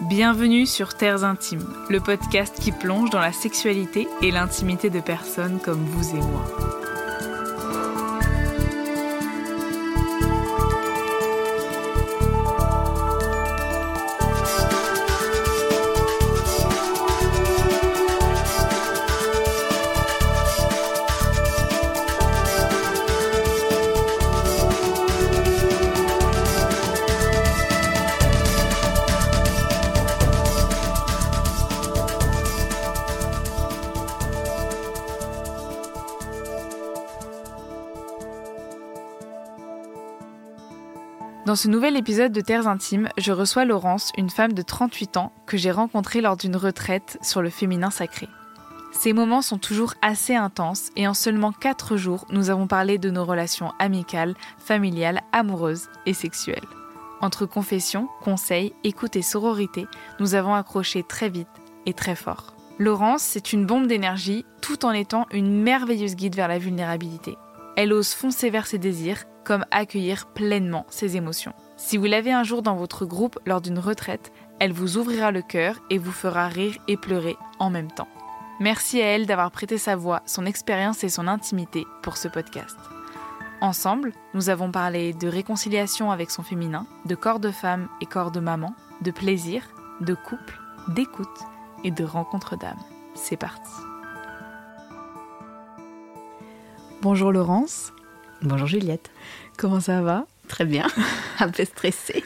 Bienvenue sur Terres Intimes, le podcast qui plonge dans la sexualité et l'intimité de personnes comme vous et moi. Dans ce nouvel épisode de Terres Intimes, je reçois Laurence, une femme de 38 ans que j'ai rencontrée lors d'une retraite sur le féminin sacré. Ces moments sont toujours assez intenses et en seulement 4 jours, nous avons parlé de nos relations amicales, familiales, amoureuses et sexuelles. Entre confession, conseils, écoute et sororité, nous avons accroché très vite et très fort. Laurence, c'est une bombe d'énergie tout en étant une merveilleuse guide vers la vulnérabilité. Elle ose foncer vers ses désirs, comme accueillir pleinement ses émotions. Si vous l'avez un jour dans votre groupe lors d'une retraite, elle vous ouvrira le cœur et vous fera rire et pleurer en même temps. Merci à elle d'avoir prêté sa voix, son expérience et son intimité pour ce podcast. Ensemble, nous avons parlé de réconciliation avec son féminin, de corps de femme et corps de maman, de plaisir, de couple, d'écoute et de rencontre d'âme. C'est parti. Bonjour Laurence. Bonjour Juliette. Comment ça va ? Très bien, un peu stressée.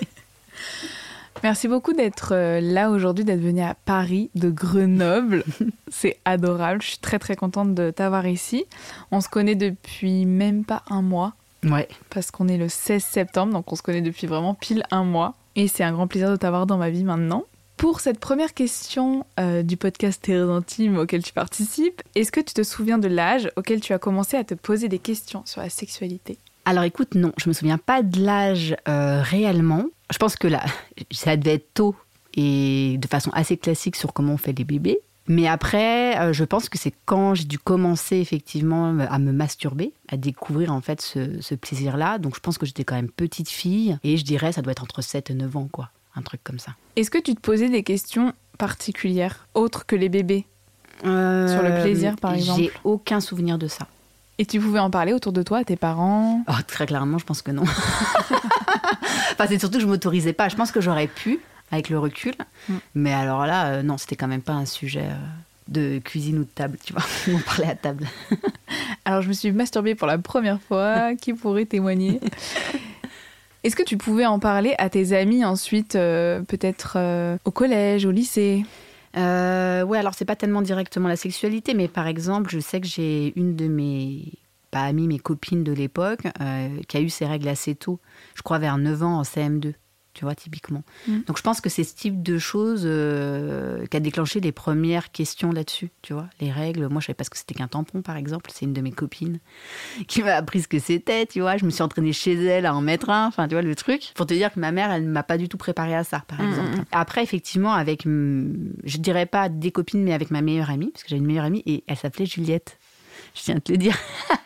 Merci beaucoup d'être là aujourd'hui, d'être venue à Paris, de Grenoble. C'est adorable, je suis très très contente de t'avoir ici. On se connaît depuis même pas un mois. Ouais. Parce qu'on est le 16 septembre, donc on se connaît depuis vraiment pile un mois. Et c'est un grand plaisir de t'avoir dans ma vie maintenant. Pour cette première question du podcast Terres Intimes auquel tu participes, est-ce que tu te souviens de l'âge auquel tu as commencé à te poser des questions sur la sexualité ? Alors écoute, non, je me souviens pas de l'âge réellement. Je pense que là, ça devait être tôt et de façon assez classique sur comment on fait les bébés. Mais après, je pense que c'est quand j'ai dû commencer effectivement à me masturber, à découvrir en fait ce plaisir-là. Donc je pense que j'étais quand même petite fille et je dirais ça doit être entre 7 et 9 ans quoi. Un truc comme ça. Est-ce que tu te posais des questions particulières, autres que les bébés sur le plaisir, par exemple ? J'ai aucun souvenir de ça. Et tu pouvais en parler autour de toi, à tes parents ? Oh, très clairement, je pense que non. Enfin, c'est surtout que je ne m'autorisais pas. Je pense que j'aurais pu, avec le recul. Mais alors là, non, c'était quand même pas un sujet de cuisine ou de table, tu vois. On parlait à table. Alors, je me suis masturbée pour la première fois. Qui pourrait témoigner ? Est-ce que tu pouvais en parler à tes amis ensuite, peut-être au collège, au lycée ? Ouais, alors c'est pas tellement directement la sexualité, mais par exemple, je sais que j'ai une de mes, pas amies, mais copines de l'époque, qui a eu ses règles assez tôt, je crois vers 9 ans en CM2, tu vois, typiquement. Donc je pense que c'est ce type de choses qui a déclenché les premières questions là-dessus, tu vois. Les règles, moi je savais pas ce que c'était qu'un tampon, par exemple, c'est une de mes copines qui m'a appris ce que c'était, tu vois. Je me suis entraînée chez elle à en mettre un, enfin tu vois le truc. Pour te dire que ma mère, elle ne m'a pas du tout préparée à ça, par exemple. Après, effectivement, avec, je dirais pas des copines, mais avec ma meilleure amie, parce que j'ai une meilleure amie et elle s'appelait Juliette. Je tiens à te le dire.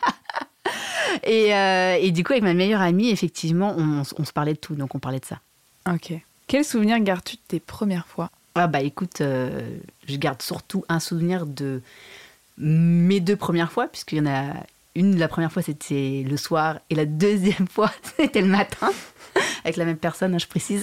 Et du coup, avec ma meilleure amie, effectivement, on se parlait de tout, donc on parlait de ça. Ok. Quel souvenir gardes-tu de tes premières fois ? Ah bah écoute, je garde surtout un souvenir de mes 2 premières fois, puisqu'il y en a une, la première fois c'était le soir, et la deuxième fois c'était le matin, avec la même personne, hein, je précise.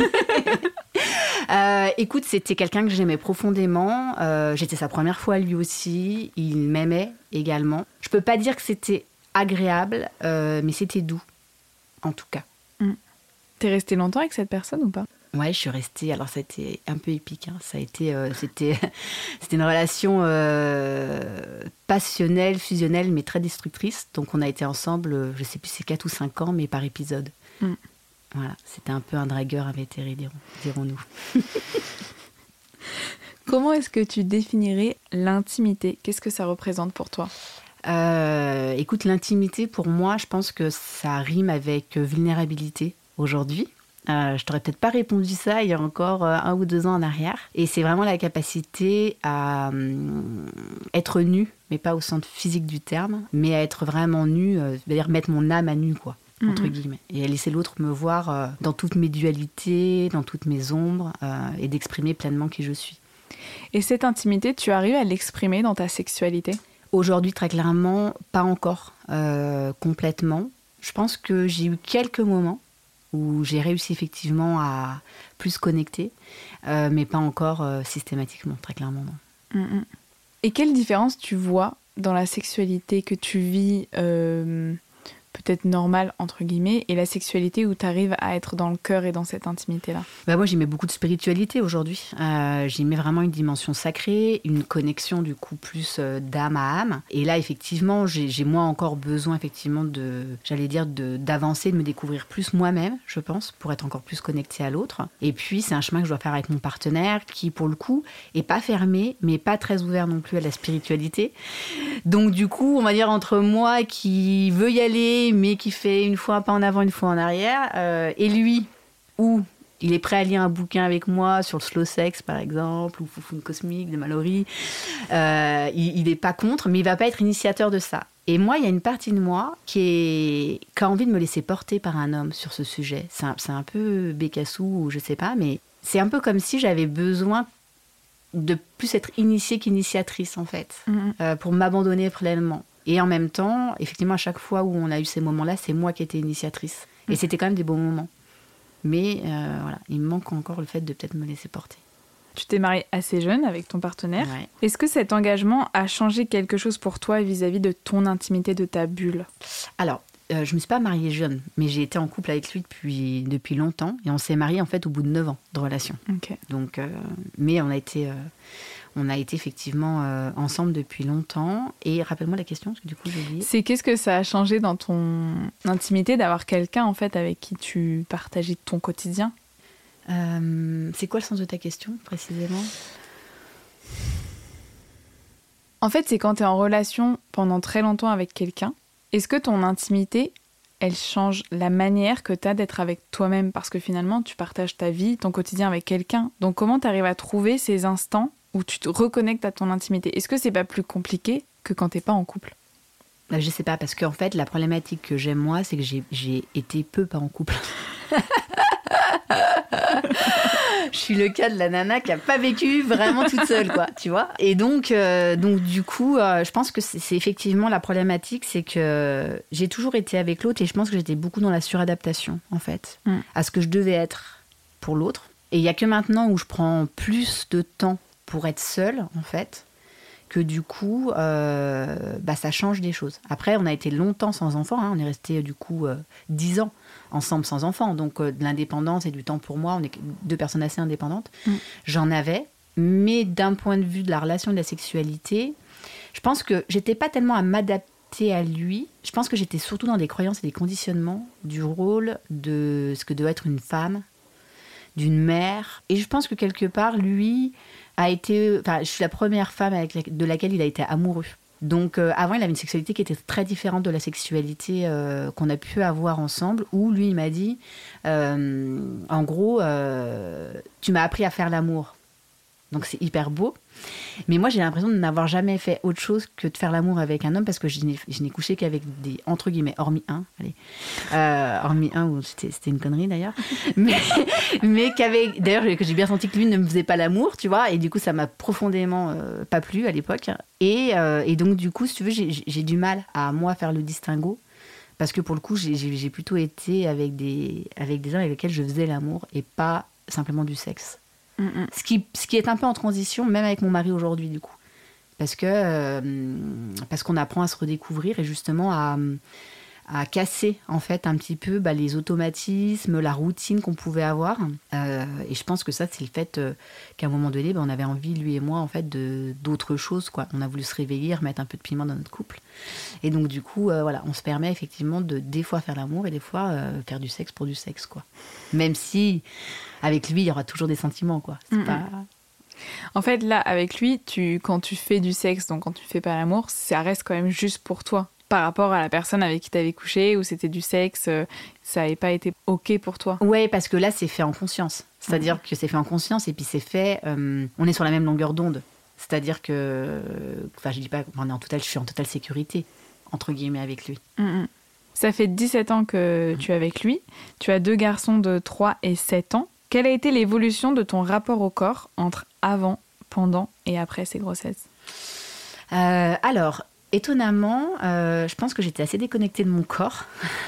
Écoute, c'était quelqu'un que j'aimais profondément, j'étais sa première fois lui aussi, il m'aimait également. Je peux pas dire que c'était agréable, mais c'était doux, en tout cas. T'es restée longtemps avec cette personne ou pas ? Ouais, je suis restée. Alors, ça a été un peu épique. Hein. Ça a été, c'était une relation passionnelle, fusionnelle, mais très destructrice. Donc, on a été ensemble, je sais plus, c'est 4 ou 5 ans, mais par épisode. Voilà, c'était un peu un dragueur invétéré, dirons-nous. Comment est-ce que tu définirais l'intimité ? Qu'est-ce que ça représente pour toi ? Écoute, l'intimité, pour moi, je pense que ça rime avec vulnérabilité. Aujourd'hui, je t'aurais peut-être pas répondu ça il y a encore 1 ou 2 ans en arrière. Et c'est vraiment la capacité à être nu, mais pas au sens physique du terme, mais à être vraiment nu, c'est-à-dire mettre mon âme à nu, quoi. entre guillemets. Et à laisser l'autre me voir dans toutes mes dualités, dans toutes mes ombres, et d'exprimer pleinement qui je suis. Et cette intimité, tu arrives à l'exprimer dans ta sexualité ? Aujourd'hui, très clairement, pas encore complètement. Je pense que j'ai eu quelques moments où j'ai réussi effectivement à plus connecter, mais pas encore systématiquement, très clairement, non. Et quelle différence tu vois dans la sexualité que tu vis peut-être normale, entre guillemets, et la sexualité où tu arrives à être dans le cœur et dans cette intimité-là ? Moi, j'y mets beaucoup de spiritualité aujourd'hui. J'y mets vraiment une dimension sacrée, une connexion du coup plus d'âme à âme. Et là, effectivement, j'ai moi encore besoin effectivement d'avancer, de me découvrir plus moi-même, je pense, pour être encore plus connectée à l'autre. Et puis, c'est un chemin que je dois faire avec mon partenaire qui, pour le coup, est pas fermé, mais pas très ouvert non plus à la spiritualité. Donc, du coup, on va dire entre moi qui veut y aller, mais qui fait une fois un pas en avant, une fois en arrière, et lui, où il est prêt à lire un bouquin avec moi sur le slow sex, par exemple, ou Foufoune cosmique de Mallory, il n'est pas contre, mais il ne va pas être initiateur de ça. Et moi, il y a une partie de moi qui a envie de me laisser porter par un homme sur ce sujet. C'est un peu bécassou, ou je ne sais pas, mais c'est un peu comme si j'avais besoin de plus être initiée qu'initiatrice, en fait, pour m'abandonner pleinement. Et en même temps, effectivement, à chaque fois où on a eu ces moments-là, c'est moi qui étais initiatrice. Et c'était quand même des bons moments. Mais voilà, il me manque encore le fait de peut-être me laisser porter. Tu t'es mariée assez jeune avec ton partenaire. Ouais. Est-ce que cet engagement a changé quelque chose pour toi vis-à-vis de ton intimité, de ta bulle ? Alors, je ne me suis pas mariée jeune, mais j'ai été en couple avec lui depuis longtemps. Et on s'est mariés en fait au bout de 9 ans de relation. Okay. Donc, mais on a été effectivement ensemble depuis longtemps. Et rappelle-moi la question, parce que du coup, j'ai oublié. C'est qu'est-ce que ça a changé dans ton intimité d'avoir quelqu'un en fait avec qui tu partageais ton quotidien ? C'est quoi le sens de ta question, précisément ? En fait, c'est quand tu es en relation pendant très longtemps avec quelqu'un, est-ce que ton intimité, elle change la manière que tu as d'être avec toi-même ? Parce que finalement, tu partages ta vie, ton quotidien avec quelqu'un. Donc comment tu arrives à trouver ces instants où tu te reconnectes à ton intimité ? Est-ce que c'est pas plus compliqué que quand t'es pas en couple ? Je sais pas, parce qu'en fait, la problématique que j'ai moi, c'est que j'ai été peu pas en couple. Je suis le cas de la nana qui a pas vécu vraiment toute seule, quoi, tu vois. Et donc du coup, je pense que c'est effectivement la problématique, c'est que j'ai toujours été avec l'autre et je pense que j'étais beaucoup dans la suradaptation, en fait, à ce que je devais être pour l'autre. Et il y a que maintenant où je prends plus de temps pour être seule, en fait, que du coup, ça change des choses. Après, on a été longtemps sans enfants, on est resté du coup 10 ans ensemble sans enfants, donc de l'indépendance et du temps pour moi, on est 2 personnes assez indépendantes. J'en avais, mais d'un point de vue de la relation de la sexualité, je pense que j'étais pas tellement à m'adapter à lui, je pense que j'étais surtout dans des croyances et des conditionnements du rôle de ce que doit être une femme, d'une mère, et je pense que quelque part, lui je suis la première femme de laquelle il a été amoureux. Donc avant, il avait une sexualité qui était très différente de la sexualité qu'on a pu avoir ensemble, où lui, il m'a dit, en gros, tu m'as appris à faire l'amour. Donc c'est hyper beau. Mais moi, j'ai l'impression de n'avoir jamais fait autre chose que de faire l'amour avec un homme, parce que je n'ai couché qu'avec des, entre guillemets, hormis un où c'était une connerie d'ailleurs, mais d'ailleurs, que j'ai bien senti que lui ne me faisait pas l'amour, tu vois, et du coup, ça m'a profondément pas plu à l'époque. Et donc, du coup, si tu veux, j'ai du mal à, moi, faire le distinguo, parce que pour le coup, j'ai plutôt été avec des gens avec lesquels je faisais l'amour et pas simplement du sexe. Ce qui est un peu en transition, même avec mon mari aujourd'hui, du coup. Parce qu'on apprend à se redécouvrir et justement à casser, en fait, un petit peu les automatismes, la routine qu'on pouvait avoir. Et je pense que ça, c'est le fait qu'à un moment donné, on avait envie, lui et moi, en fait, d'autres choses, quoi. On a voulu se réveiller, remettre un peu de piment dans notre couple. Et donc, du coup, on se permet effectivement de, des fois, faire l'amour et des fois, faire du sexe pour du sexe, quoi. Même si, avec lui, il y aura toujours des sentiments, quoi. C'est pas... En fait, là, avec lui, quand tu fais du sexe, donc quand tu fais pas l'amour, ça reste quand même juste pour toi. Par rapport à la personne avec qui t'avais couché, où c'était du sexe, ça n'avait pas été OK pour toi. Ouais, parce que là, c'est fait en conscience. C'est-à-dire que c'est fait en conscience et puis c'est fait... on est sur la même longueur d'onde. C'est-à-dire que... Enfin, je dis pas... je suis en totale sécurité, entre guillemets, avec lui. Ça fait 17 ans que tu es avec lui. Tu as 2 garçons de 3 et 7 ans. Quelle a été l'évolution de ton rapport au corps entre avant, pendant et après ces grossesses ? Alors, étonnamment, je pense que j'étais assez déconnectée de mon corps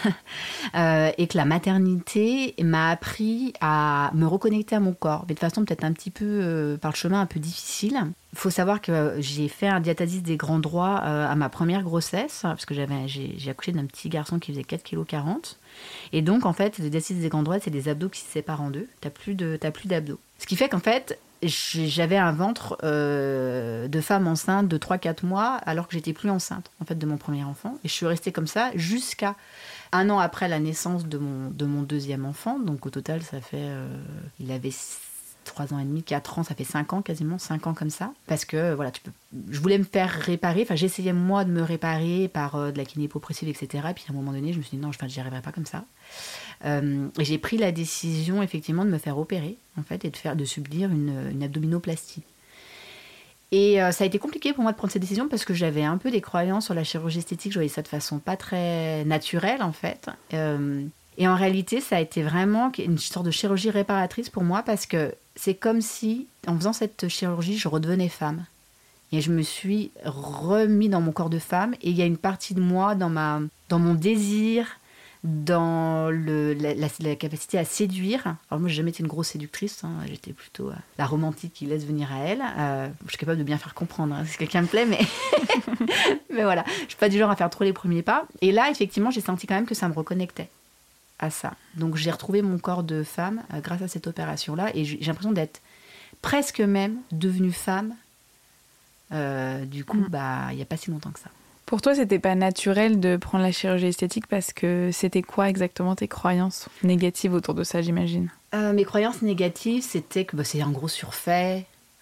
et que la maternité m'a appris à me reconnecter à mon corps, mais de façon peut-être un petit peu par le chemin un peu difficile. Il faut savoir que j'ai fait un diastasis des grands droits à ma première grossesse, parce que j'ai accouché d'un petit garçon qui faisait 4,40 kg. Et donc, en fait, le diastasis des grands droits, c'est des abdos qui se séparent en deux. T'as plus d'abdos. Ce qui fait qu'en fait, j'avais un ventre de femme enceinte de 3-4 mois, alors que j'étais plus enceinte, en fait, de mon premier enfant. Et je suis restée comme ça jusqu'à 1 an après la naissance de mon deuxième enfant. Donc, au total, ça fait... il avait 3 ans et demi, 4 ans, ça fait 5 ans quasiment, 5 ans comme ça. Parce que, voilà, je voulais me faire réparer. Enfin, j'essayais, moi, de me réparer par de la kiné hypopressive, etc. Et puis, à un moment donné, je me suis dit, non, j'y arriverai pas comme ça. Et j'ai pris la décision, effectivement, de me faire opérer, en fait, et de subir une abdominoplastie. Et ça a été compliqué pour moi de prendre cette décision parce que j'avais un peu des croyances sur la chirurgie esthétique. Je voyais ça de façon pas très naturelle, en fait. Et en réalité, ça a été vraiment une sorte de chirurgie réparatrice pour moi parce que c'est comme si, en faisant cette chirurgie, je redevenais femme. Et je me suis remis dans mon corps de femme. Et il y a une partie de moi, dans mon désir, dans la capacité à séduire. Alors moi, j'ai jamais été une grosse séductrice. J'étais plutôt la romantique qui laisse venir à elle. Je suis capable de bien faire comprendre si quelqu'un me plaît, mais... mais voilà, je suis pas du genre à faire trop les premiers pas. Et là, effectivement, j'ai senti quand même que ça me reconnectait à ça. Donc j'ai retrouvé mon corps de femme grâce à cette opération-là et j'ai l'impression d'être presque même devenue femme du coup, il n'y a pas si longtemps que ça. Pour toi, c'était pas naturel de prendre la chirurgie esthétique parce que c'était quoi exactement tes croyances négatives autour de ça, j'imagine ? Mes croyances négatives, c'était que c'est un gros surfait,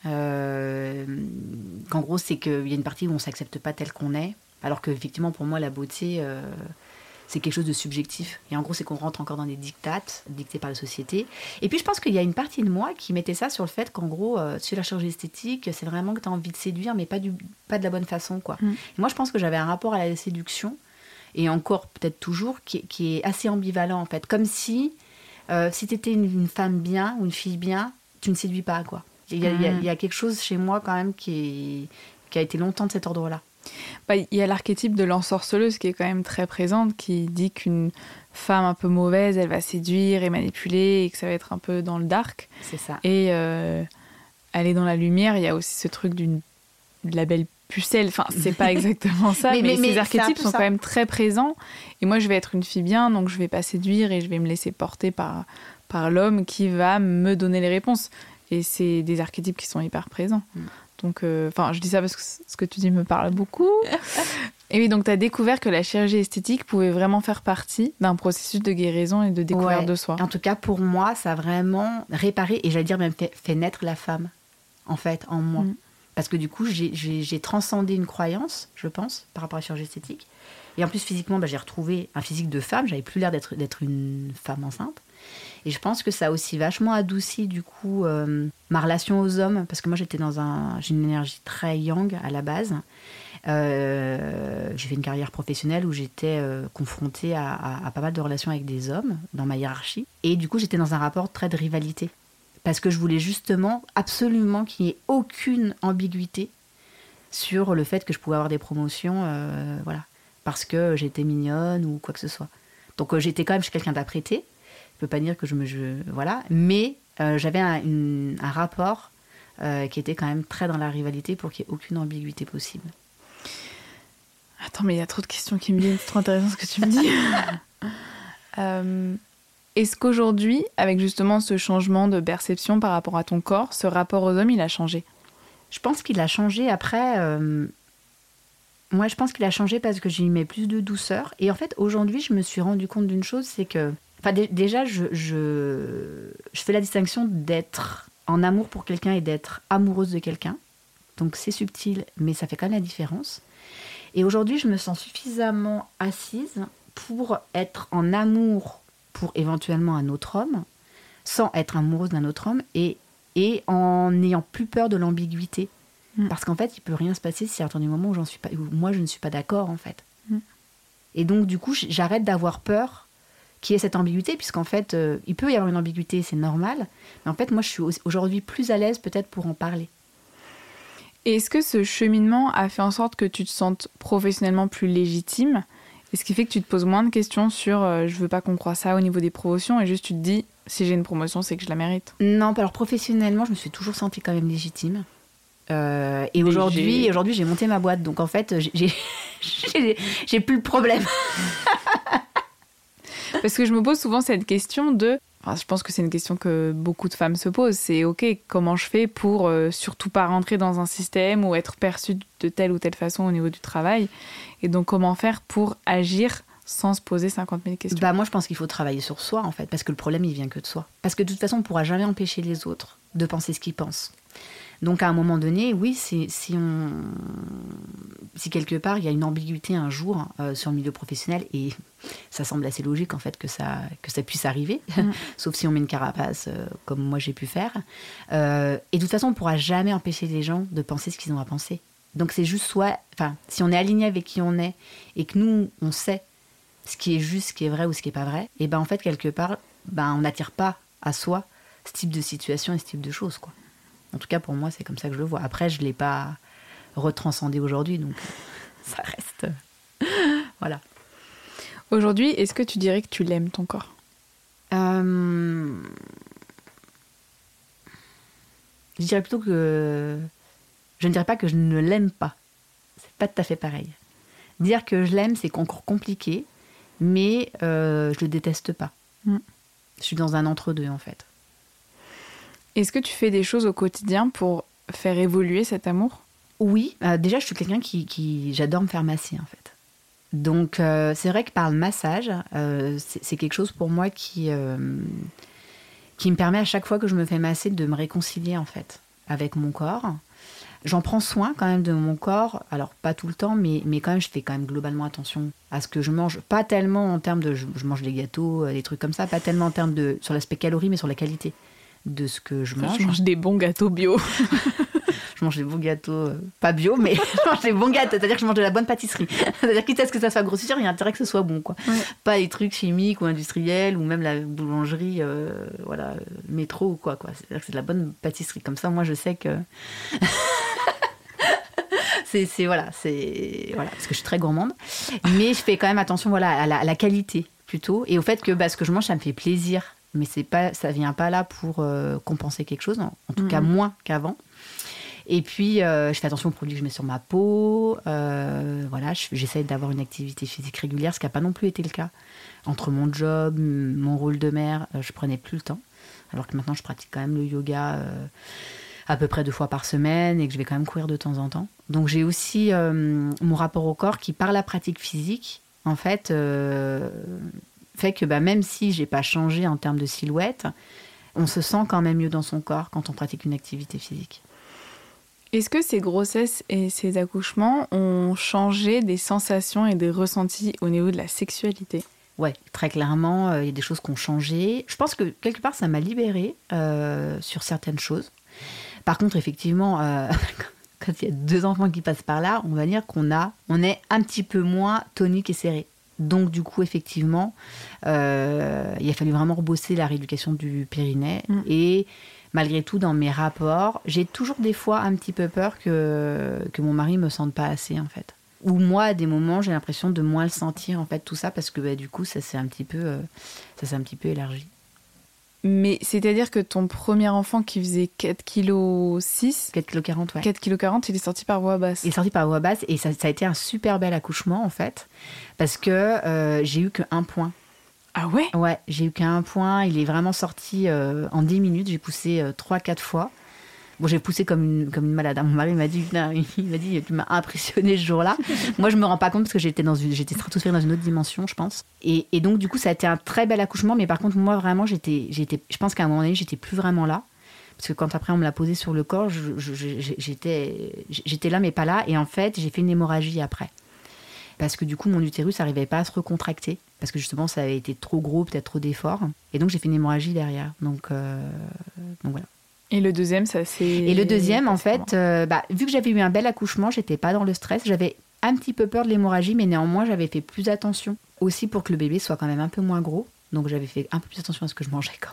qu'en gros, c'est qu'il y a une partie où on ne s'accepte pas tel qu'on est, alors qu'effectivement, pour moi, la beauté... c'est quelque chose de subjectif. Et en gros, c'est qu'on rentre encore dans des dictates dictés par la société. Et puis, je pense qu'il y a une partie de moi qui mettait ça sur le fait qu'en gros, sur la chirurgie esthétique, c'est vraiment que tu as envie de séduire, mais pas de la bonne façon, quoi. Et moi, je pense que j'avais un rapport à la séduction, et encore peut-être toujours, qui est assez ambivalent, en fait. Comme si tu étais une femme bien ou une fille bien, tu ne séduis pas, quoi. Il y a quelque chose chez moi, quand même, qui a été longtemps de cet ordre-là. Il y a l'archétype de l'ensorceleuse qui est quand même très présente, qui dit qu'une femme un peu mauvaise, elle va séduire et manipuler et que ça va être un peu dans le dark. C'est ça. Et aller dans la lumière, il y a aussi ce truc de la belle pucelle. Enfin, c'est pas exactement ça, mais ces archétypes sont quand même très présents. Et moi, je vais être une fille bien, donc je vais pas séduire et je vais me laisser porter par l'homme qui va me donner les réponses. Et c'est des archétypes qui sont hyper présents. Donc, je dis ça parce que ce que tu dis me parle beaucoup. Et oui, donc tu as découvert que la chirurgie esthétique pouvait vraiment faire partie d'un processus de guérison et de découverte de soi. En tout cas, pour moi, ça a vraiment réparé, et j'allais dire même fait naître la femme, en fait, en moi. Parce que du coup, j'ai transcendé une croyance, je pense, par rapport à la chirurgie esthétique. Et en plus, physiquement, j'ai retrouvé un physique de femme. J'avais plus l'air d'être une femme enceinte. Et je pense que ça a aussi vachement adouci, du coup, ma relation aux hommes. Parce que moi, j'ai une énergie très yang à la base. J'ai fait une carrière professionnelle où j'étais confrontée à pas mal de relations avec des hommes dans ma hiérarchie. Et du coup, j'étais dans un rapport très de rivalité. Parce que je voulais justement, absolument qu'il n'y ait aucune ambiguïté sur le fait que je pouvais avoir des promotions, voilà, parce que j'étais mignonne ou quoi que ce soit. Donc j'étais quand même quelqu'un d'apprêté. Je ne peux pas dire que voilà, mais j'avais un rapport qui était quand même très dans la rivalité pour qu'il n'y ait aucune ambiguïté possible. Attends, mais il y a trop de questions qui me viennent, c'est trop intéressant ce que tu me dis. Est-ce qu'aujourd'hui, avec justement ce changement de perception par rapport à ton corps, ce rapport aux hommes, il a changé ? Je pense qu'il a changé après... Moi, je pense qu'il a changé parce que j'y mets plus de douceur. Et en fait, aujourd'hui, je me suis rendu compte d'une chose, c'est que... déjà, je fais la distinction d'être en amour pour quelqu'un et d'être amoureuse de quelqu'un. Donc, c'est subtil, mais ça fait quand même la différence. Et aujourd'hui, je me sens suffisamment assise pour être en amour pour éventuellement un autre homme, sans être amoureuse d'un autre homme, et en n'ayant plus peur de l'ambiguïté. Parce qu'en fait, il peut rien se passer si à un moment où moi, je ne suis pas d'accord, en fait. Et donc, du coup, j'arrête d'avoir peur qu'il y ait cette ambiguïté, puisqu'en fait, il peut y avoir une ambiguïté, c'est normal. Mais en fait, moi, je suis aujourd'hui plus à l'aise peut-être pour en parler. Et est-ce que ce cheminement a fait en sorte que tu te sentes professionnellement plus légitime ? Et ce qui fait que tu te poses moins de questions sur je veux pas qu'on croie ça au niveau des promotions et juste tu te dis si j'ai une promotion, c'est que je la mérite. Non, alors professionnellement, je me suis toujours sentie quand même légitime. Et aujourd'hui, j'ai monté ma boîte, donc en fait, j'ai plus le problème. Parce que je me pose souvent cette question de... Enfin, je pense que c'est une question que beaucoup de femmes se posent. C'est OK, comment je fais pour surtout pas rentrer dans un système ou être perçue de telle ou telle façon au niveau du travail. Et donc, comment faire pour agir sans se poser 50 000 questions ? Moi, je pense qu'il faut travailler sur soi, en fait, parce que le problème, il vient que de soi. Parce que de toute façon, on ne pourra jamais empêcher les autres de penser ce qu'ils pensent. Donc, à un moment donné, oui, si quelque part, il y a une ambiguïté un jour sur le milieu professionnel, et ça semble assez logique, en fait, que ça puisse arriver, sauf si on met une carapace, comme moi, j'ai pu faire. Et de toute façon, on ne pourra jamais empêcher les gens de penser ce qu'ils ont à penser. Donc, c'est juste si on est aligné avec qui on est, et que nous, on sait ce qui est juste, ce qui est vrai ou ce qui n'est pas vrai, et en fait, quelque part, on n'attire pas à soi ce type de situation et ce type de choses, quoi. En tout cas, pour moi, c'est comme ça que je le vois. Après, je ne l'ai pas retranscendé aujourd'hui, donc ça reste... Voilà. Aujourd'hui, est-ce que tu dirais que tu l'aimes, ton corps ? Je dirais plutôt que... Je ne dirais pas que je ne l'aime pas. C'est pas tout à fait pareil. Dire que je l'aime, c'est encore compliqué, mais je le déteste pas. Je suis dans un entre-deux, en fait. Est-ce que tu fais des choses au quotidien pour faire évoluer cet amour ? Oui, déjà je suis quelqu'un qui j'adore me faire masser en fait. Donc c'est vrai que par le massage, c'est quelque chose pour moi qui me permet à chaque fois que je me fais masser de me réconcilier en fait avec mon corps. J'en prends soin quand même de mon corps, alors pas tout le temps, mais quand même je fais quand même globalement attention à ce que je mange. Pas tellement en termes de je mange des gâteaux, des trucs comme ça, pas tellement en termes de sur l'aspect calories, mais sur la qualité de ce que je mange. Je mange des bons gâteaux bio. Je mange des bons gâteaux, pas bio, mais je mange des bons gâteaux, c'est-à-dire que je mange de la bonne pâtisserie. C'est-à-dire quitte à ce que ça soit grossière, il y a intérêt que ce soit bon, quoi. Ouais. Pas les trucs chimiques ou industriels, ou même la boulangerie, métro ou quoi. C'est-à-dire que c'est de la bonne pâtisserie. Comme ça, moi, je sais que... Voilà, parce que je suis très gourmande. Mais je fais quand même attention à la qualité, plutôt. Et au fait que ce que je mange, ça me fait plaisir. Mais ça vient pas là pour compenser quelque chose, en tout cas moins qu'avant. Et puis, je fais attention aux produits que je mets sur ma peau. J'essaie d'avoir une activité physique régulière, ce qui n'a pas non plus été le cas. Entre mon job, mon rôle de mère, je prenais plus le temps. Alors que maintenant, je pratique quand même le yoga à peu près 2 fois par semaine et que je vais quand même courir de temps en temps. Donc, j'ai aussi mon rapport au corps qui, par la pratique physique, en fait... fait que même si j'ai pas changé en termes de silhouette, on se sent quand même mieux dans son corps quand on pratique une activité physique. Est-ce que ces grossesses et ces accouchements ont changé des sensations et des ressentis au niveau de la sexualité ? Ouais, très clairement, il y a des choses qui ont changé. Je pense que quelque part, ça m'a libérée sur certaines choses. Par contre, effectivement, quand il y a 2 enfants qui passent par là, on va dire on est un petit peu moins tonique et serré. Donc, du coup, effectivement, il a fallu vraiment rebosser la rééducation du périnée. Et malgré tout, dans mes rapports, j'ai toujours des fois un petit peu peur que mon mari ne me sente pas assez, en fait. Ou moi, à des moments, j'ai l'impression de moins le sentir, en fait, tout ça, parce que du coup, ça s'est un petit peu élargi. Mais c'est-à-dire que ton premier enfant qui faisait 4,6 kg... 4,40 kg, ouais. 4,40 kg, il est sorti par voie basse. Il est sorti par voie basse et ça a été un super bel accouchement, en fait, parce que j'ai eu qu'1 point. Ah ouais ? Ouais, j'ai eu qu'1 point. Il est vraiment sorti en 10 minutes. J'ai poussé 3-4 fois. Bon, j'ai poussé comme une malade. Mon mari m'a dit, tu m'as impressionné ce jour-là. Moi, je me rends pas compte parce que j'étais stratosphérique dans une autre dimension, je pense. Et donc, du coup, ça a été un très bel accouchement. Mais par contre, moi, vraiment, je pense qu'à un moment donné, j'étais plus vraiment là. Parce que quand après, on me l'a posé sur le corps, j'étais là, mais pas là. Et en fait, j'ai fait une hémorragie après. Parce que du coup, mon utérus n'arrivait pas à se recontracter. Parce que justement, ça avait été trop gros, peut-être trop d'efforts. Et donc, j'ai fait une hémorragie derrière. Donc voilà. Et le deuxième, ça c'est... Et le deuxième, en fait, vu que j'avais eu un bel accouchement, j'étais pas dans le stress. J'avais un petit peu peur de l'hémorragie, mais néanmoins, j'avais fait plus attention. Aussi pour que le bébé soit quand même un peu moins gros. Donc, j'avais fait un peu plus attention à ce que je mangeais quand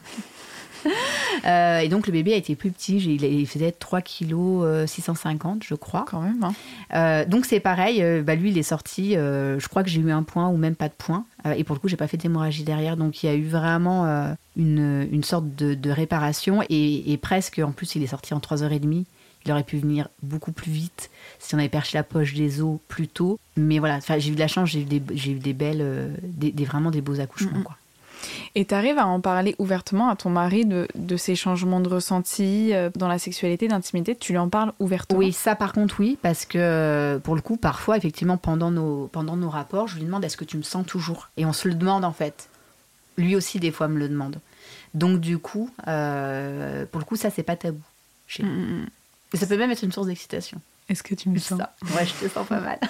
même. Et donc, le bébé a été plus petit. Il faisait 3 kg 650, je crois. Quand même, hein. Donc, c'est pareil. Lui, il est sorti. Je crois que j'ai eu un point ou même pas de point. Et pour le coup, j'ai pas fait d'hémorragie derrière. Donc, il y a eu vraiment une sorte de réparation. Et presque, en plus, il est sorti en 3h30. Il aurait pu venir beaucoup plus vite si on avait perché la poche des os plus tôt. Mais voilà, j'ai eu de la chance, j'ai eu des belles, vraiment des beaux accouchements, quoi. Et tu arrives à en parler ouvertement à ton mari de ces changements de ressenti dans la sexualité, d'intimité? Tu lui en parles ouvertement? Oui, ça par contre, oui, parce que pour le coup, parfois, effectivement, pendant nos rapports, je lui demande est-ce que tu me sens toujours? Et on se le demande en fait. Lui aussi, des fois, me le demande. Donc du coup, pour le coup, ça, c'est pas tabou chez nous. Et ça peut même être une source d'excitation. Est-ce que tu me sens? Ouais, je te sens pas mal.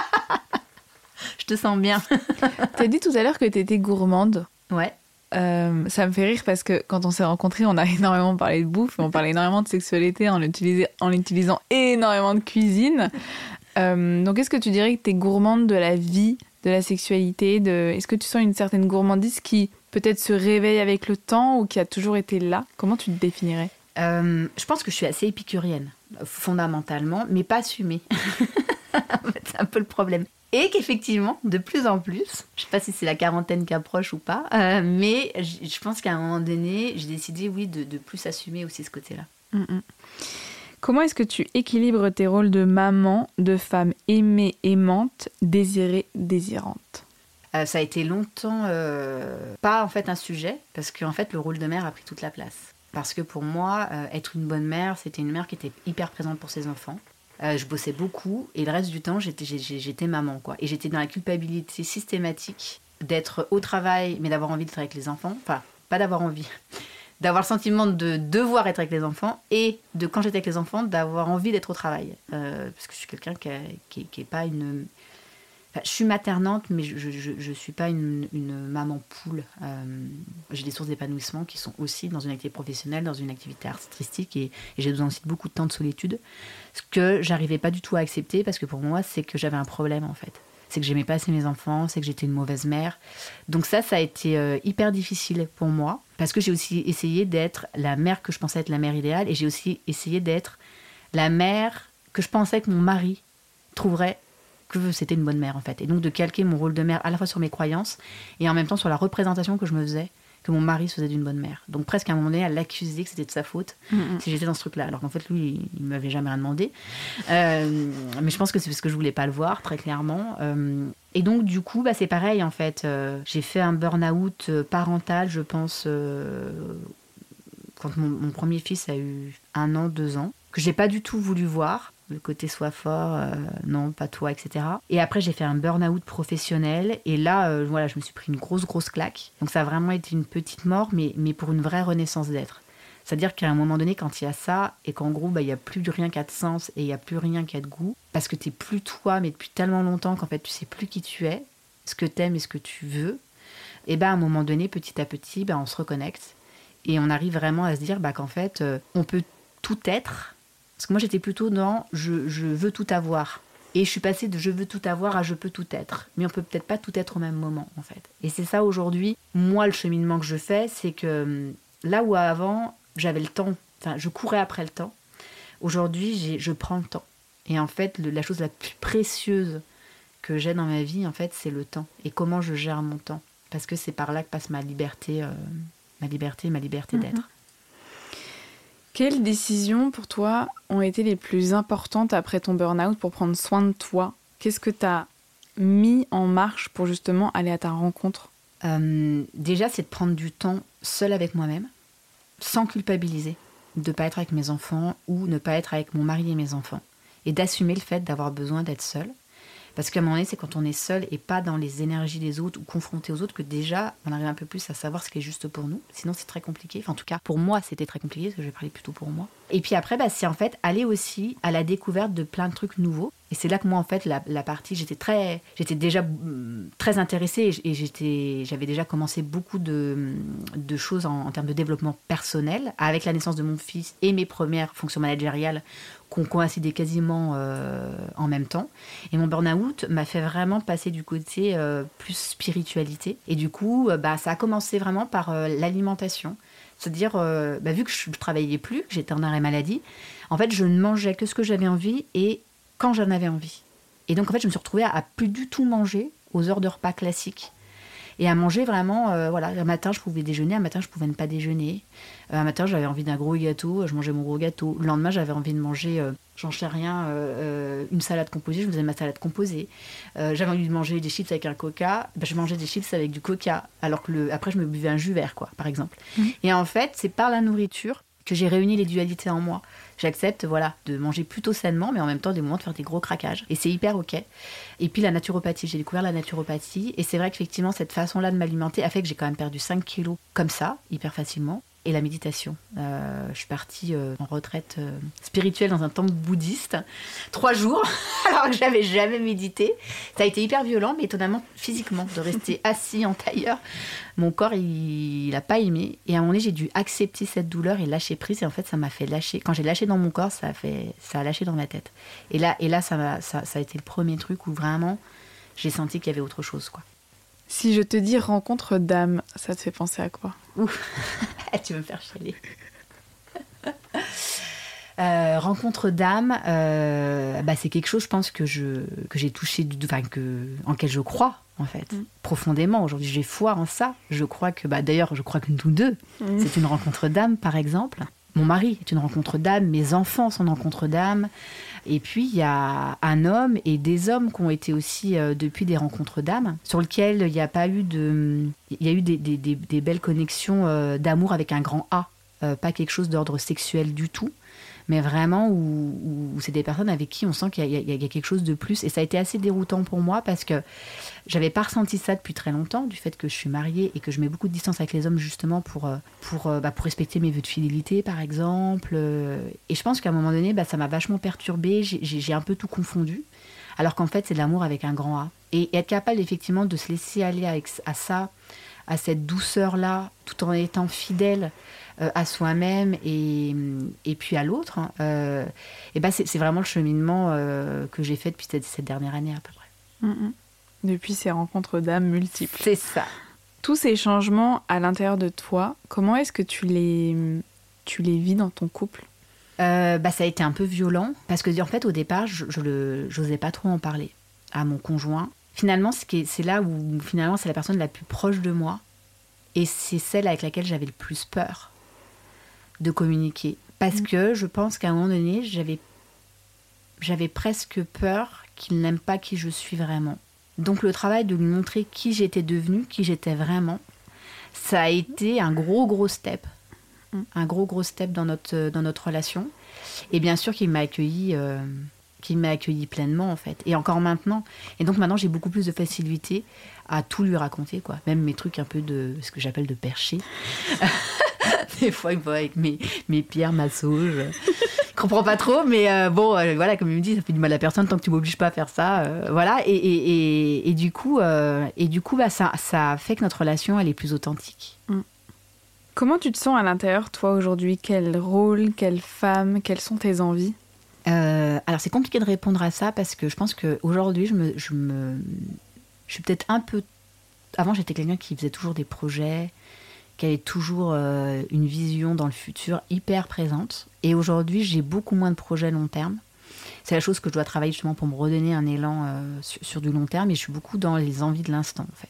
Je te sens bien. T'as dit tout à l'heure que t'étais gourmande. Ouais. Ça me fait rire parce que quand on s'est rencontrés, on a énormément parlé de bouffe, on parlait énormément de sexualité en utilisant énormément de cuisine. Donc est-ce que tu dirais que t'es gourmande de la vie, de la sexualité, est-ce que tu sens une certaine gourmandise qui peut-être se réveille avec le temps ou qui a toujours été là? Comment tu te définirais? Je pense que je suis assez épicurienne, fondamentalement, mais pas assumée. En fait, c'est un peu le problème. Et qu'effectivement, de plus en plus, je ne sais pas si c'est la quarantaine qui approche ou pas, mais je pense qu'à un moment donné, j'ai décidé, oui, de plus assumer aussi ce côté-là. Comment est-ce que tu équilibres tes rôles de maman, de femme aimée, aimante, désirée, désirante? Ça a été longtemps pas en fait un sujet, parce qu'en fait, le rôle de mère a pris toute la place. Parce que pour moi, être une bonne mère, c'était une mère qui était hyper présente pour ses enfants. Je bossais beaucoup et le reste du temps, j'étais maman, quoi. Et j'étais dans la culpabilité systématique d'être au travail, mais d'avoir envie d'être avec les enfants. Enfin, pas d'avoir envie, d'avoir le sentiment de devoir être avec les enfants et de, quand j'étais avec les enfants, d'avoir envie d'être au travail. Parce que je suis quelqu'un qui est pas une... Enfin, je suis maternante, mais je suis pas une maman poule. J'ai des sources d'épanouissement qui sont aussi dans une activité professionnelle, dans une activité artistique, et j'ai besoin aussi de beaucoup de temps de solitude. Ce que j'arrivais pas du tout à accepter, parce que pour moi, c'est que j'avais un problème, en fait. C'est que j'aimais pas assez mes enfants, c'est que j'étais une mauvaise mère. Donc ça a été hyper difficile pour moi, parce que j'ai aussi essayé d'être la mère que je pensais être la mère idéale, et j'ai aussi essayé d'être la mère que je pensais que mon mari trouverait que c'était une bonne mère, en fait. Et donc de calquer mon rôle de mère à la fois sur mes croyances et en même temps sur la représentation que je me faisais que mon mari se faisait d'une bonne mère. Donc presque à un moment donné, à l'accuser que c'était de sa faute si j'étais dans ce truc-là. Alors qu'en fait, lui, il ne m'avait jamais rien demandé. Mais je pense que c'est parce que je ne voulais pas le voir, très clairement. Et donc, du coup, c'est pareil, en fait. J'ai fait un burn-out parental, je pense, quand mon premier fils a eu 1 an, 2 ans, que je n'ai pas du tout voulu voir. Le côté soit fort, non, pas toi, etc. Et après, j'ai fait un burn-out professionnel. Et là, voilà, je me suis pris une grosse claque. Donc ça a vraiment été une petite mort, mais pour une vraie renaissance d'être. C'est-à-dire qu'à un moment donné, quand il y a ça, et qu'en gros, il n'y a plus rien qui a de sens et il n'y a plus rien qui a de goût, parce que tu n'es plus toi, mais depuis tellement longtemps qu'en fait, tu ne sais plus qui tu es, ce que tu aimes et ce que tu veux, et à un moment donné, petit à petit, on se reconnecte. Et on arrive vraiment à se dire qu'en fait, on peut tout être. Parce que moi, j'étais plutôt dans je veux tout avoir. Et je suis passée de je veux tout avoir à je peux tout être. Mais on peut peut-être pas tout être au même moment, en fait. Et c'est ça aujourd'hui, moi, le cheminement que je fais, c'est que là où avant, j'avais le temps, enfin, je courais après le temps, aujourd'hui, je prends le temps. Et en fait, la chose la plus précieuse que j'ai dans ma vie, en fait, c'est le temps. Et comment je gère mon temps. Parce que c'est par là que passe ma liberté d'être. Quelles décisions pour toi ont été les plus importantes après ton burn-out pour prendre soin de toi? Qu'est-ce que tu as mis en marche pour justement aller à ta rencontre? Déjà, c'est de prendre du temps seule avec moi-même, sans culpabiliser, de ne pas être avec mes enfants ou ne pas être avec mon mari et mes enfants. Et d'assumer le fait d'avoir besoin d'être seule. Parce qu'à un moment donné, c'est quand on est seul et pas dans les énergies des autres ou confronté aux autres que déjà, on arrive un peu plus à savoir ce qui est juste pour nous. Sinon, c'est très compliqué. Enfin, en tout cas, pour moi, c'était très compliqué, parce que je vais parler plutôt pour moi. Et puis après, c'est en fait aller aussi à la découverte de plein de trucs nouveaux. Et c'est là que moi, en fait, la partie, j'étais déjà très intéressée et j'avais déjà commencé beaucoup de choses en termes de développement personnel, avec la naissance de mon fils et mes premières fonctions managériales qu'on coïncidait quasiment en même temps. Et mon burn-out m'a fait vraiment passer du côté plus spiritualité. Et du coup, ça a commencé vraiment par l'alimentation. C'est-à-dire, vu que je ne travaillais plus, que j'étais en arrêt maladie, en fait, je ne mangeais que ce que j'avais envie et quand j'en avais envie. Et donc, en fait, je me suis retrouvée à plus du tout manger aux heures de repas classiques. Et à manger vraiment, un matin, je pouvais déjeuner, un matin, je pouvais ne pas déjeuner. Un matin, j'avais envie d'un gros gâteau, je mangeais mon gros gâteau. Le lendemain, j'avais envie de manger, j'en sais rien, une salade composée, je faisais ma salade composée. J'avais envie de manger des chips avec un coca, je mangeais des chips avec du coca. Alors que après, je me buvais un jus vert, quoi, par exemple. Et en fait, c'est par la nourriture que j'ai réuni les dualités en moi. J'accepte de manger plutôt sainement, mais en même temps des moments de faire des gros craquages. Et c'est hyper OK. Et puis la naturopathie, j'ai découvert la naturopathie. Et c'est vrai qu'effectivement, cette façon-là de m'alimenter a fait que j'ai quand même perdu 5 kilos comme ça, hyper facilement. Et la méditation. Je suis partie en retraite spirituelle dans un temple bouddhiste, 3 jours, alors que j'avais jamais médité. Ça a été hyper violent, mais étonnamment physiquement, de rester assis en tailleur. Mon corps, il n'a pas aimé. Et à un moment donné, j'ai dû accepter cette douleur et lâcher prise. Et en fait, ça m'a fait lâcher. Quand j'ai lâché dans mon corps, ça a lâché dans ma tête. Et là ça a été le premier truc où vraiment, j'ai senti qu'il y avait autre chose, quoi. Si je te dis rencontre d'âme, ça te fait penser à quoi ? Ouf, tu veux me faire chialer. Rencontre d'âme, c'est quelque chose, je pense, que j'ai touché, en quel je crois, en fait, profondément. Aujourd'hui, j'ai foi en ça. Je crois que, d'ailleurs, je crois que nous deux, c'est une rencontre d'âme, par exemple. Mon mari est une rencontre d'âme, mes enfants sont une rencontre d'âme. Et puis, il y a un homme et des hommes qui ont été aussi depuis des rencontres d'âme, sur lesquels il y a pas eu de... Il y a eu des belles connexions d'amour avec un grand A. Pas quelque chose d'ordre sexuel du tout, mais vraiment où c'est des personnes avec qui on sent qu'il y a quelque chose de plus. Et ça a été assez déroutant pour moi parce que j'avais pas ressenti ça depuis très longtemps, du fait que je suis mariée et que je mets beaucoup de distance avec les hommes justement pour respecter mes vœux de fidélité, par exemple. Et je pense qu'à un moment donné, ça m'a vachement perturbée, j'ai un peu tout confondu, alors qu'en fait, c'est de l'amour avec un grand A. Et être capable effectivement de se laisser aller à ça, à cette douceur-là, tout en étant fidèle à soi-même et puis à l'autre, c'est vraiment le cheminement que j'ai fait depuis cette dernière année à peu près. Depuis ces rencontres d'âmes multiples. C'est ça. Tous ces changements à l'intérieur de toi, comment est-ce que tu les vis dans ton couple ? Ça a été un peu violent parce que en fait au départ je n'osais pas trop en parler à mon conjoint. Finalement c'est là où finalement c'est la personne la plus proche de moi et c'est celle avec laquelle j'avais le plus peur de communiquer parce que je pense qu'à un moment donné j'avais presque peur qu'il n'aime pas qui je suis vraiment. Donc le travail de lui montrer qui j'étais devenue, qui j'étais vraiment, ça a été un gros step. Un gros step dans notre relation. Et bien sûr qu'il m'a accueilli pleinement, en fait. Et encore maintenant. Et donc maintenant, j'ai beaucoup plus de facilité à tout lui raconter, quoi. Même mes trucs un peu de ce que j'appelle de perché. Des fois, il va avec mes pierres, ma sauge. Je comprends pas trop, mais voilà, comme il me dit, ça fait du mal à personne tant que tu m'obliges pas à faire ça. Voilà. Et du coup, ça fait que notre relation, elle est plus authentique. Comment tu te sens à l'intérieur, toi, aujourd'hui ? Quel rôle, quelle femme, quelles sont tes envies ? Alors, c'est compliqué de répondre à ça parce que je pense qu'aujourd'hui, je suis peut-être un peu... Avant, j'étais quelqu'un qui faisait toujours des projets, qui avait toujours une vision dans le futur hyper présente. Et aujourd'hui, j'ai beaucoup moins de projets long terme. C'est la chose que je dois travailler justement pour me redonner un élan sur du long terme. Et je suis beaucoup dans les envies de l'instant, en fait.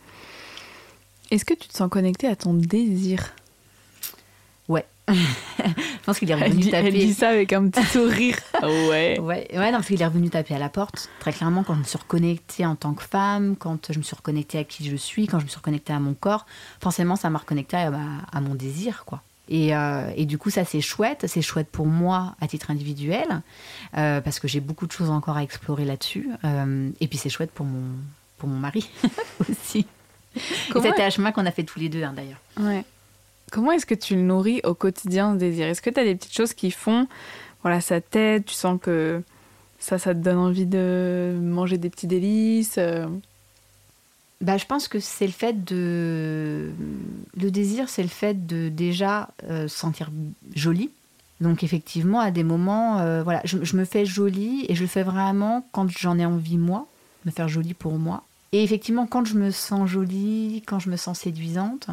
Est-ce que tu te sens connectée à ton désir ? Ouais. Je pense qu'il est revenu taper. Elle dit ça avec un petit sourire. Ouais. Ouais, non, parce qu'il est revenu taper à la porte. Très clairement, quand je me suis reconnectée en tant que femme, quand je me suis reconnectée à qui je suis, quand je me suis reconnectée à mon corps, forcément, ça m'a reconnectée à mon désir, quoi. Et du coup, ça, c'est chouette. C'est chouette pour moi, à titre individuel, parce que j'ai beaucoup de choses encore à explorer là-dessus. Et puis, c'est chouette pour mon mari aussi. C'était un chemin qu'on a fait tous les deux, d'ailleurs. Ouais. Comment est-ce que tu le nourris au quotidien, ce désir ? Est-ce que tu as des petites choses qui font, ça t'aide, tu sens que Ça te donne envie de manger des petits délices Je pense que c'est le fait de... Le désir, c'est le fait de déjà se sentir jolie. Donc effectivement, à des moments, voilà, je me fais jolie et je le fais vraiment quand j'en ai envie, moi, me faire jolie pour moi. Et effectivement, quand je me sens jolie, quand je me sens séduisante,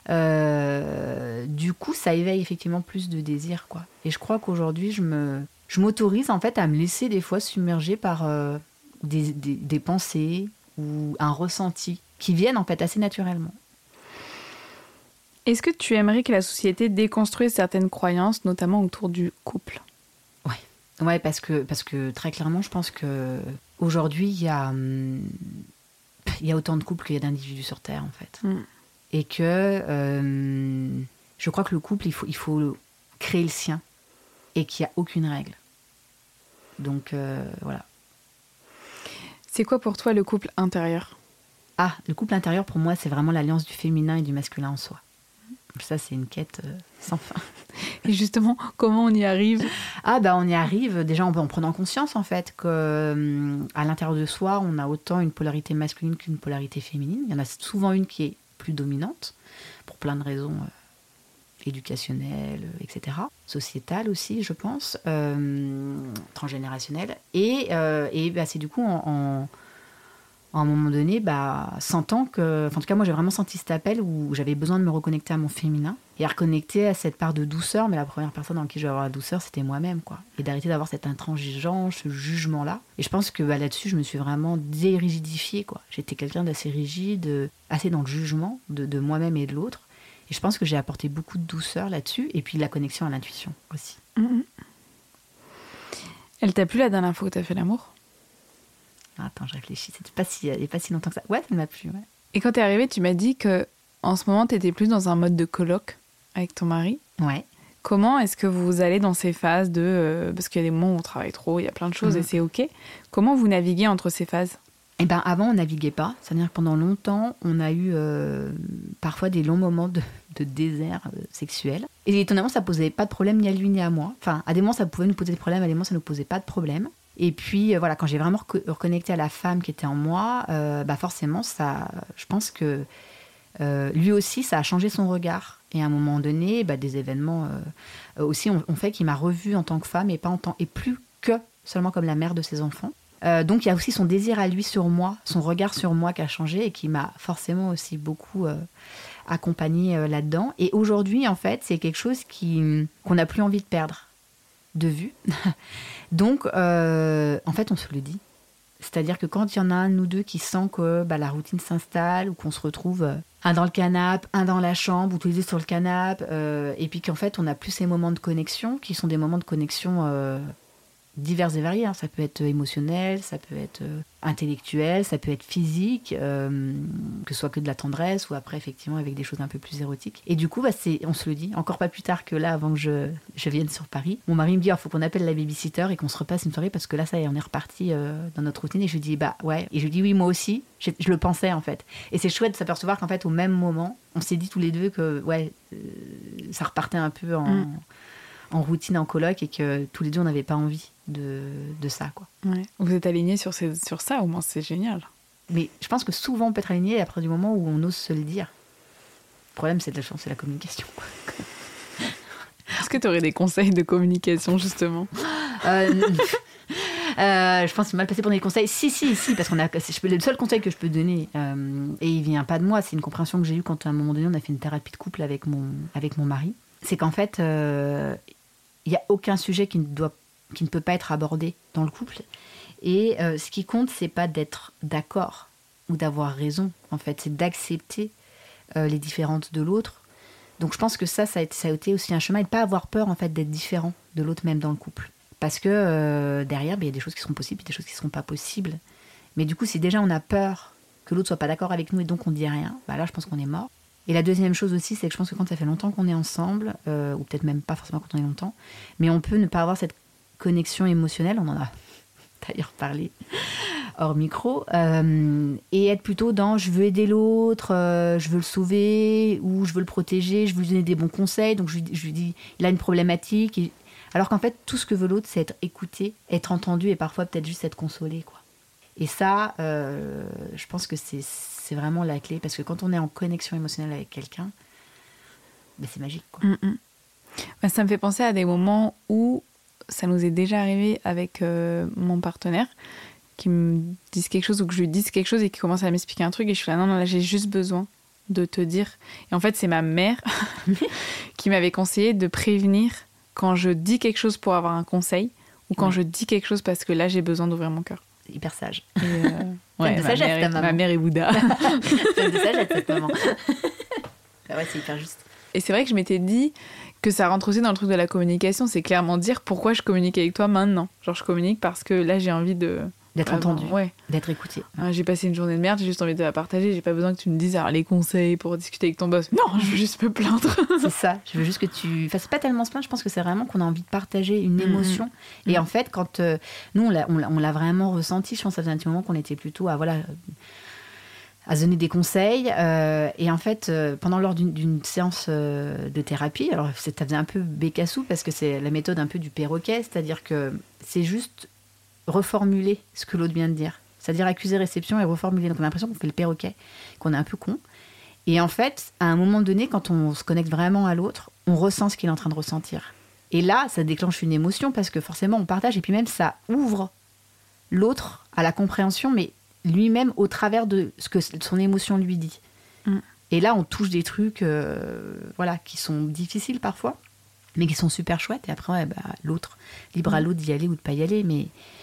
du coup, ça éveille effectivement plus de désir, quoi. Et je crois qu'aujourd'hui, je m'autorise en fait à me laisser des fois submerger par des pensées ou un ressenti qui viennent en fait assez naturellement. Est-ce que tu aimerais que la société déconstruise certaines croyances, notamment autour du couple ? Ouais, parce que très clairement, je pense que aujourd'hui, il y a autant de couples qu'il y a d'individus sur Terre, en fait. Et que je crois que le couple, il faut créer le sien et qu'il n'y a aucune règle. Donc, voilà. C'est quoi pour toi le couple intérieur ? Le couple intérieur, pour moi, c'est vraiment l'alliance du féminin et du masculin en soi. Ça, c'est une quête sans fin. Et justement, comment on y arrive ? On y arrive déjà en prenant conscience, en fait, qu'à l'intérieur de soi, on a autant une polarité masculine qu'une polarité féminine. Il y en a souvent une qui est plus dominante, pour plein de raisons éducationnelles, etc. Sociétales aussi, je pense, transgénérationnelles. Et c'est du coup à un moment donné, sentant que... en tout cas, moi, j'ai vraiment senti cet appel où j'avais besoin de me reconnecter à mon féminin et à reconnecter à cette part de douceur. Mais la première personne dans qui je vais avoir la douceur, c'était moi-même, quoi. Et d'arrêter d'avoir cette intransigeance, ce jugement-là. Et je pense que là-dessus, je me suis vraiment dérigidifiée, quoi. J'étais quelqu'un d'assez rigide, assez dans le jugement de moi-même et de l'autre. Et je pense que j'ai apporté beaucoup de douceur là-dessus. Et puis la connexion à l'intuition aussi. Elle t'a plu la dernière fois où t'as fait l'amour ? Attends, je réfléchis. Il n'y a pas si longtemps que ça. Ouais, ça m'a plu. Ouais. Et quand t'es arrivée, tu m'as dit que en ce moment, t'étais plus dans un mode de coloc avec ton mari. Ouais. Comment est-ce que vous allez dans ces phases de... parce qu'il y a des moments où on travaille trop, il y a plein de choses et c'est OK. Comment vous naviguez entre ces phases ? Avant, on naviguait pas. C'est-à-dire que pendant longtemps, on a eu parfois des longs moments de désert sexuel. Et étonnamment, ça posait pas de problème ni à lui ni à moi. Enfin, à des moments, ça pouvait nous poser des problèmes, à des moments, ça nous posait pas de problème. Et puis, voilà, quand j'ai vraiment reconnecté à la femme qui était en moi, forcément, ça, je pense que lui aussi, ça a changé son regard. Et à un moment donné, des événements aussi ont fait qu'il m'a revue en tant que femme et plus que seulement comme la mère de ses enfants. Donc, il y a aussi son désir à lui sur moi, son regard sur moi qui a changé et qui m'a forcément aussi beaucoup accompagnée là-dedans. Et aujourd'hui, en fait, c'est quelque chose qu'on n'a plus envie de perdre de vue. Donc, en fait, on se le dit. C'est-à-dire que quand il y en a un de nous deux qui sent que la routine s'installe ou qu'on se retrouve un dans le canapé, un dans la chambre ou tous les deux sur le canapé, et puis qu'en fait, on n'a plus ces moments de connexion qui sont des moments de connexion divers et variés. Ça peut être émotionnel, ça peut être intellectuel, ça peut être physique, que ce soit que de la tendresse ou après, effectivement, avec des choses un peu plus érotiques. Et du coup, on se le dit, encore pas plus tard que là, avant que je vienne sur Paris. Mon mari me dit, faut qu'on appelle la babysitter et qu'on se repasse une soirée parce que là, ça y est, on est reparti dans notre routine. Et je lui dis, ouais. Et je lui dis, oui, moi aussi, je le pensais, en fait. Et c'est chouette de s'apercevoir qu'en fait, au même moment, on s'est dit tous les deux que, ça repartait un peu en routine, en coloc, et que tous les deux, on n'avait pas envie de ça, quoi. Ouais. Vous êtes alignés sur ça, au moins, c'est génial. Mais je pense que souvent, on peut être aligné après du moment où on ose se le dire. Le problème, c'est la communication, quoi. Est-ce que tu aurais des conseils de communication, justement ? Je pense que c'est mal passé pour des conseils. Si, parce que le seul conseil que je peux donner, et il vient pas de moi, c'est une compréhension que j'ai eue quand à un moment donné, on a fait une thérapie de couple avec mon mari. C'est qu'en fait, il n'y a aucun sujet qui ne peut pas être abordé dans le couple. Et ce qui compte, c'est pas d'être d'accord ou d'avoir raison. En fait, c'est d'accepter les différences de l'autre. Donc, je pense que ça a été aussi un chemin et de pas avoir peur en fait d'être différent de l'autre même dans le couple. Parce que derrière, il y a des choses qui seront possibles et des choses qui ne seront pas possibles. Mais du coup, si déjà on a peur que l'autre soit pas d'accord avec nous et donc on dit rien, là, je pense qu'on est mort. Et la deuxième chose aussi, c'est que je pense que quand ça fait longtemps qu'on est ensemble, ou peut-être même pas forcément quand on est longtemps, mais on peut ne pas avoir cette connexion émotionnelle, on en a d'ailleurs parlé hors micro, et être plutôt dans je veux aider l'autre, je veux le sauver, ou je veux le protéger, je veux lui donner des bons conseils, donc je lui dis, il a une problématique, et Alors qu'en fait, tout ce que veut l'autre, c'est être écouté, être entendu et parfois peut-être juste être consolé, quoi. Et ça, je pense que c'est vraiment la clé, parce que quand on est en connexion émotionnelle avec quelqu'un, ben c'est magique, quoi. Bah, ça me fait penser à des moments où ça nous est déjà arrivé avec mon partenaire, qui me dise quelque chose ou que je lui dise quelque chose et qui commence à m'expliquer un truc et je suis là, non, là j'ai juste besoin de te dire. Et en fait, c'est ma mère qui m'avait conseillé de prévenir quand je dis quelque chose pour avoir un conseil ou quand je dis quelque chose parce que là j'ai besoin d'ouvrir mon cœur. Hyper sage. Et ouais, de sagesse, ta maman. Ma mère est Bouddha. C'est de sagesse, cette maman. Ouais, c'est hyper juste. Et c'est vrai que je m'étais dit que ça rentre aussi dans le truc de la communication, c'est clairement dire pourquoi je communique avec toi maintenant. Genre je communique parce que là j'ai envie d'être entendu, ouais. D'être écouté. J'ai passé une journée de merde, j'ai juste envie de la partager, j'ai pas besoin que tu me dises les conseils pour discuter avec ton boss. Non, je veux juste me plaindre. C'est ça, je veux juste que tu... Enfin, c'est pas tellement se plaindre, je pense que c'est vraiment qu'on a envie de partager une émotion. Et en fait, quand nous, on l'a vraiment ressenti, je pense que ça faisait un petit moment qu'on était plutôt à se donner des conseils. Et en fait, lors d'une séance de thérapie, alors ça faisait un peu bécassou parce que c'est la méthode un peu du perroquet, c'est-à-dire que c'est juste reformuler ce que l'autre vient de dire. C'est-à-dire accuser réception et reformuler. Donc on a l'impression qu'on fait le perroquet, qu'on est un peu con. Et en fait, à un moment donné, quand on se connecte vraiment à l'autre, on ressent ce qu'il est en train de ressentir. Et là, ça déclenche une émotion parce que forcément, on partage et puis même ça ouvre l'autre à la compréhension, mais lui-même au travers de ce que son émotion lui dit. Et là, on touche des trucs qui sont difficiles parfois, mais qui sont super chouettes. Et après, l'autre, libre à l'autre d'y aller ou de pas y aller.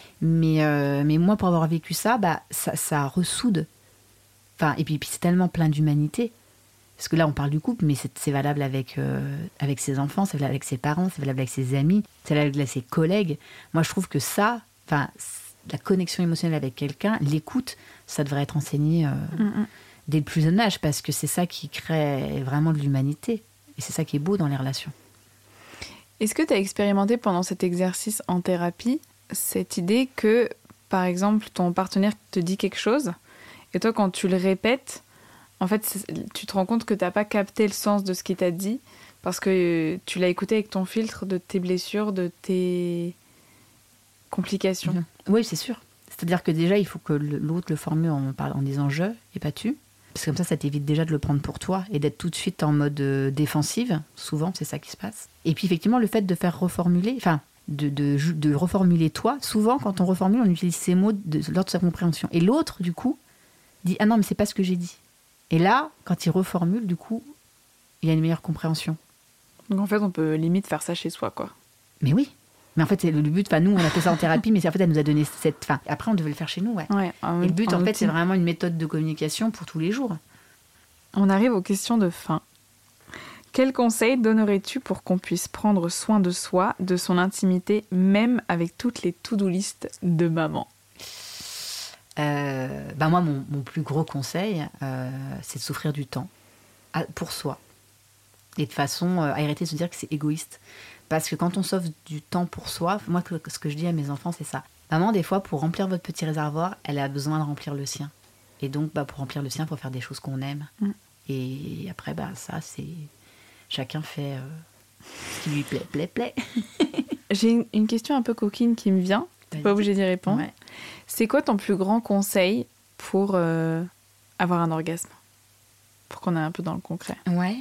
Mais moi, pour avoir vécu ça, ça ressoude. Enfin, et puis c'est tellement plein d'humanité. Parce que là, on parle du couple, mais c'est valable avec ses enfants, c'est valable avec ses parents, c'est valable avec ses amis, c'est valable avec ses collègues. Moi, je trouve que ça, la connexion émotionnelle avec quelqu'un, l'écoute, ça devrait être enseigné dès le plus jeune âge, parce que c'est ça qui crée vraiment de l'humanité. Et c'est ça qui est beau dans les relations. Est-ce que tu as expérimenté pendant cet exercice en thérapie cette idée que, par exemple, ton partenaire te dit quelque chose, et toi, quand tu le répètes, en fait, tu te rends compte que tu n'as pas capté le sens de ce qu'il t'a dit, parce que tu l'as écouté avec ton filtre de tes blessures, de tes complications. Oui, c'est sûr. C'est-à-dire que déjà, il faut que l'autre le formule en disant « je » et pas « tu ». Parce que comme ça t'évite déjà de le prendre pour toi et d'être tout de suite en mode défensive. Souvent, c'est ça qui se passe. Et puis, effectivement, le fait de faire reformuler... De reformuler toi, souvent quand on reformule, on utilise ces mots lors de sa compréhension. Et l'autre, du coup, dit « ah non, mais c'est pas ce que j'ai dit ». Et là, quand il reformule, du coup, il y a une meilleure compréhension. Donc en fait, on peut limite faire ça chez soi, quoi. Mais oui. Mais en fait, c'est le but. Nous, on a fait ça en thérapie, mais en fait, elle nous a donné cette... après, on devait le faire chez nous, ouais. Et le but, en fait, c'est vraiment une méthode de communication pour tous les jours. On arrive aux questions de fin. Quel conseil donnerais-tu pour qu'on puisse prendre soin de soi, de son intimité, même avec toutes les to-do list de maman? Moi, mon plus gros conseil, c'est de s'offrir du temps pour soi. Et de façon à arrêter de se dire que c'est égoïste. Parce que quand on s'offre du temps pour soi, moi, ce que je dis à mes enfants, c'est ça. Maman, des fois, pour remplir votre petit réservoir, elle a besoin de remplir le sien. Et donc, pour remplir le sien, il faut faire des choses qu'on aime. Et après, ça, c'est... Chacun fait ce qui lui plaît. J'ai une question un peu coquine qui me vient. T'es pas obligée d'y répondre. Ouais. C'est quoi ton plus grand conseil pour avoir un orgasme? Pour qu'on aille un peu dans le concret. Ouais.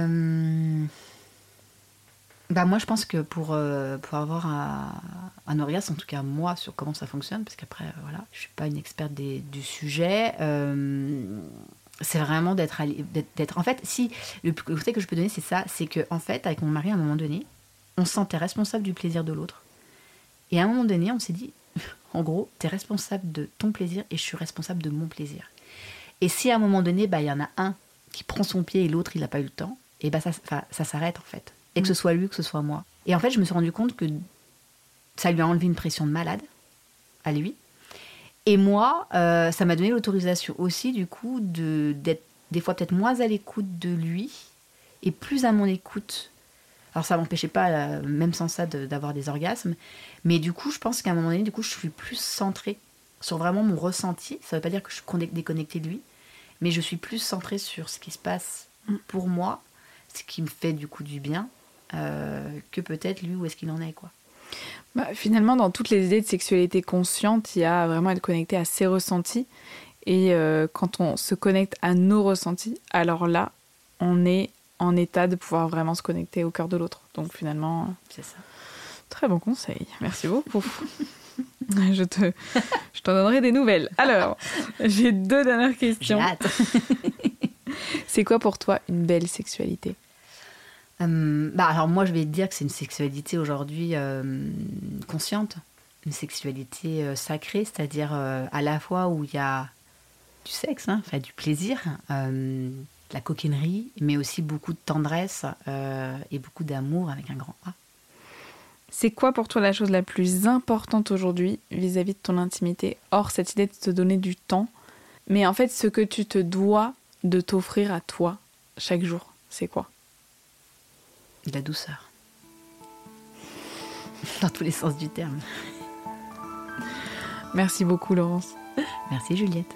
Moi, je pense que pour avoir un orgasme, en tout cas moi, sur comment ça fonctionne, parce qu'après, je suis pas une experte du sujet... c'est vraiment d'être... En fait, si le conseil que je peux donner, c'est ça, c'est qu'en fait, avec mon mari, à un moment donné, on se sentait responsable du plaisir de l'autre. Et à un moment donné, on s'est dit, en gros, t'es responsable de ton plaisir et je suis responsable de mon plaisir. Et si à un moment donné, y en a un qui prend son pied et l'autre, il n'a pas eu le temps, et ça s'arrête, en fait. Et que ce soit lui, que ce soit moi. Et en fait, je me suis rendu compte que ça lui a enlevé une pression de malade, à lui. Et moi, ça m'a donné l'autorisation aussi, du coup, d'être des fois peut-être moins à l'écoute de lui et plus à mon écoute. Alors, ça ne m'empêchait pas, même sans ça, d'avoir des orgasmes. Mais du coup, je pense qu'à un moment donné, je suis plus centrée sur vraiment mon ressenti. Ça ne veut pas dire que je suis déconnectée de lui, mais je suis plus centrée sur ce qui se passe pour moi, ce qui me fait du coup du bien. que peut-être lui, où est-ce qu'il en est, quoi. Finalement, dans toutes les idées de sexualité consciente, il y a vraiment être connecté à ses ressentis. Et quand on se connecte à nos ressentis, alors là, on est en état de pouvoir vraiment se connecter au cœur de l'autre. Donc finalement, c'est ça. Très bon conseil. Merci beaucoup. Je t'en donnerai des nouvelles. Alors, j'ai 2 dernières questions. J'ai hâte. C'est quoi pour toi une belle sexualité ? Alors moi, je vais te dire que c'est une sexualité aujourd'hui consciente, une sexualité sacrée, c'est-à-dire à la fois où il y a du sexe, enfin du plaisir, de la coquinerie, mais aussi beaucoup de tendresse et beaucoup d'amour avec un grand A. C'est quoi pour toi la chose la plus importante aujourd'hui vis-à-vis de ton intimité, hors cette idée de te donner du temps, mais en fait ce que tu te dois de t'offrir à toi chaque jour, c'est quoi ? De la douceur. Dans tous les sens du terme. Merci beaucoup Laurence. Merci Juliette.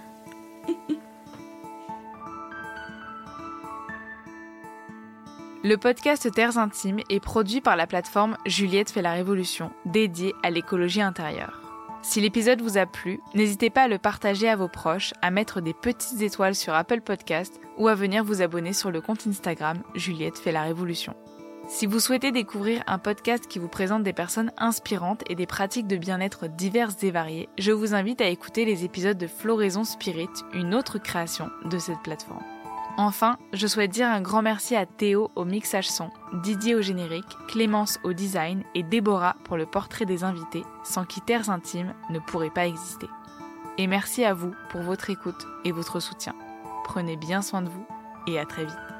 Le podcast Terres Intimes est produit par la plateforme Juliette fait la révolution, dédiée à l'écologie intérieure. Si l'épisode vous a plu, n'hésitez pas à le partager à vos proches, à mettre des petites étoiles sur Apple Podcast ou à venir vous abonner sur le compte Instagram Juliette fait la révolution. Si vous souhaitez découvrir un podcast qui vous présente des personnes inspirantes et des pratiques de bien-être diverses et variées, je vous invite à écouter les épisodes de Floraison Spirit, une autre création de cette plateforme. Enfin, je souhaite dire un grand merci à Théo au mixage son, Didier au générique, Clémence au design et Déborah pour le portrait des invités, sans qui Terres Intimes ne pourrait pas exister. Et merci à vous pour votre écoute et votre soutien. Prenez bien soin de vous et à très vite.